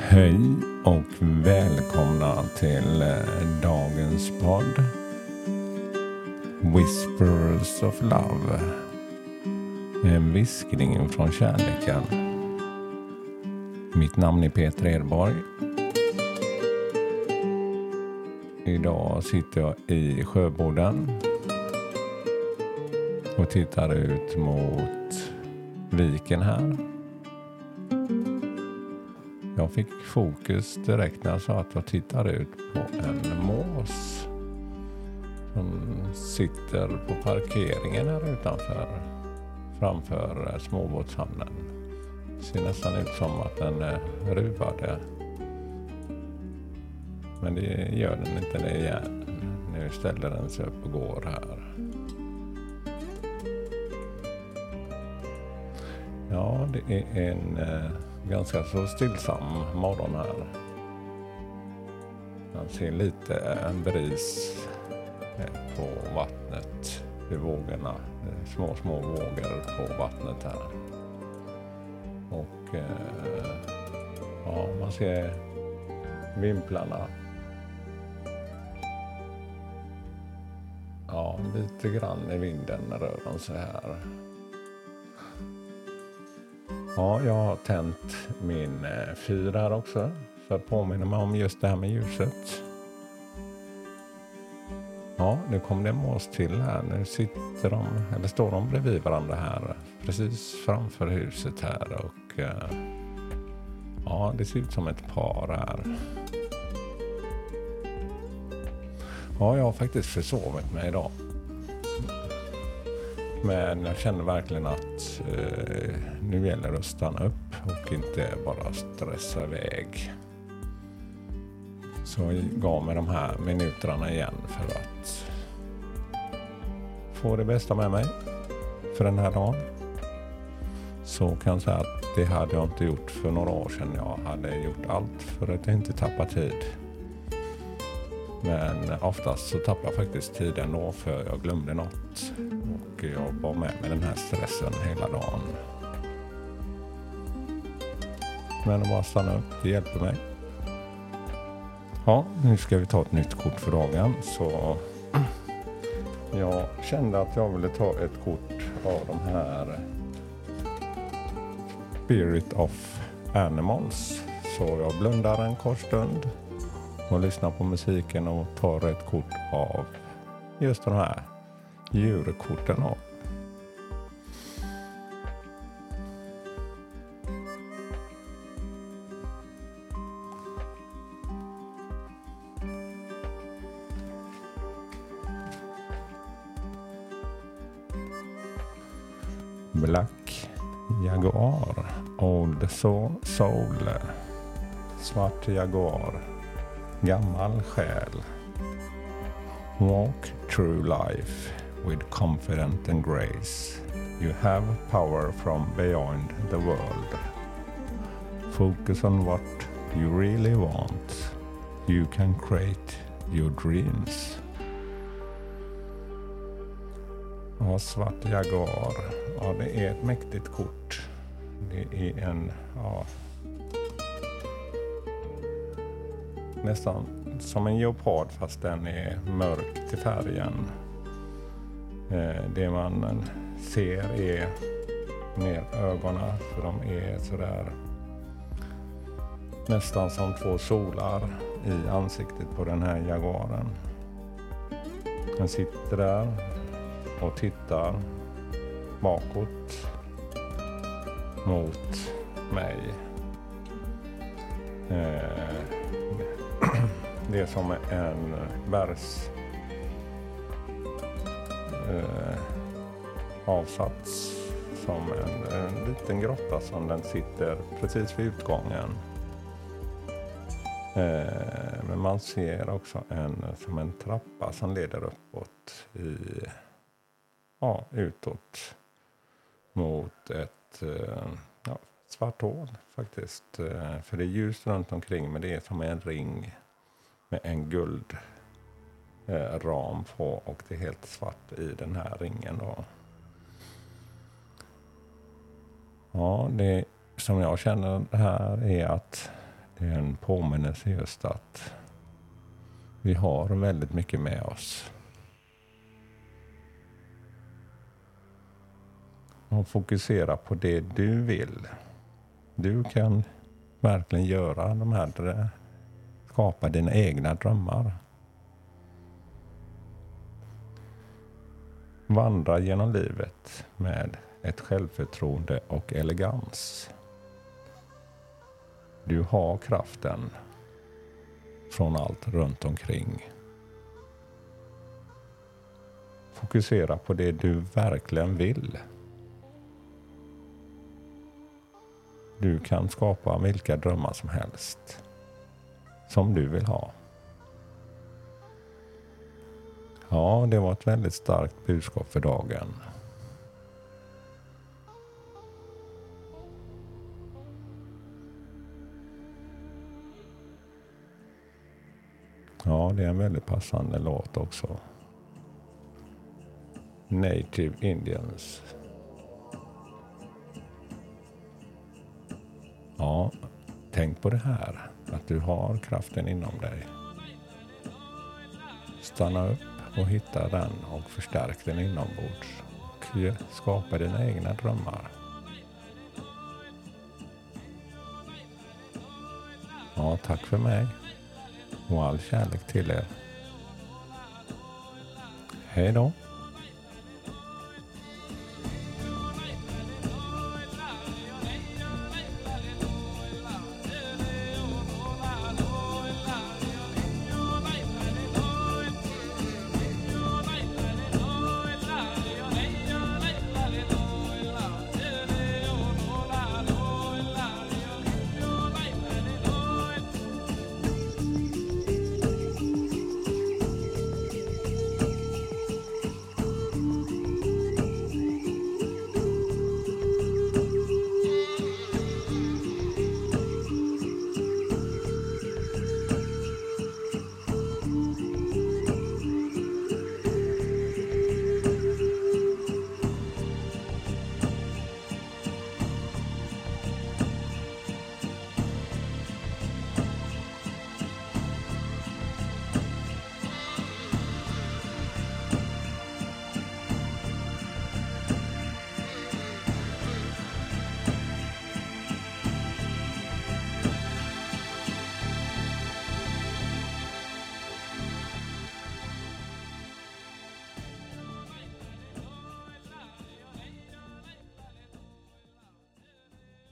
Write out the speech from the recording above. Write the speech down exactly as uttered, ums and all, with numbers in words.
Hej och välkomna till dagens podd Whispers of Love. En viskning från kärleken. Mitt namn är Peter Edborg. Idag sitter jag i Sjöboden och tittar ut mot viken här. Jag fick fokus direkt när jag sa att jag tittar ut på en mås som sitter på parkeringen här utanför, framför småbåtshamnen. Det ser nästan ut som att den är ruvade. Men det gör den inte det igen. Nu ställer den sig upp och går här. Ja, det är en eh, ganska så stillsam morgon här. Man ser lite en bris eh, på vattnet vid vågorna. Små, små vågor på vattnet här. Och eh, ja, man ser vimplarna. Ja, lite grann i vinden rör de sig här. Ja, jag har tänt min eh, fyr här också. För att påminna mig om just det här med ljuset. Ja, nu kom det en mås till här. Nu sitter de, eller står de bredvid varandra här. Precis framför huset här. Och eh, ja, det ser ut som ett par här. Ja, jag har faktiskt försovit mig idag. Men jag känner verkligen att eh, nu gäller det att stanna upp och inte bara stressa iväg. Så jag gav mig de här minuterna igen för att få det bästa med mig för den här dagen. Så kan jag säga att det hade jag inte gjort för några år sedan. Jag hade gjort allt för att inte tappa tid. Men oftast så tappar jag faktiskt tiden då för jag glömde något. Och jag var med med den här stressen hela dagen. Men att bara stanna upp, det hjälper mig. Ja, nu ska vi ta ett nytt kort för dagen. Så jag kände att jag ville ta ett kort av de här Spirit of Animals. Så jag blundar en kort stund och lyssnar på musiken och tar ett kort av just de här djurkorten av. Black Jaguar, Old Soul, Svart Jaguar, Gammal själ. Walk through life with confidence and grace. You have power from beyond the world. Focus on what you really want. You can create your dreams. Ja, Svart Jaguar. Ja, det är ett mäktigt kort. Det är en, ja, nästan som en leopard fast den är mörk till färgen. Eh, det man ser är mer ögonen, för de är sådär nästan som två solar i ansiktet på den här jaguaren. Den sitter där och tittar bakåt mot mig. Eh, det är som en bergs eh, avsats, som en, en liten grotta som den sitter precis vid utgången. Eh, men man ser också en som en trappa som leder uppåt i, ja, utåt mot ett eh, ja, svart hål faktiskt. Eh, för det är ljus runt omkring, men det är som en ring med en guld eh, ram på, och det är helt svart i den här ringen då. Ja, det som jag känner här är att det det är en påminnelse just att vi har väldigt mycket med oss. Och fokusera på det du vill. Du kan verkligen göra de här, skapa dina egna drömmar. Vandra genom livet med ett självförtroende och elegans. Du har kraften från allt runt omkring. Fokusera på det du verkligen vill. Du kan skapa vilka drömmar som helst som du vill ha. Ja, det var ett väldigt starkt budskap för dagen. Ja, det är en väldigt passande låt också. Native Indians. Ja, tänk på det här. Att du har kraften inom dig. Stanna upp och hitta den och förstärk den inombords. Och skapa dina egna drömmar. Ja, tack för mig. Och all kärlek till er. Hej då.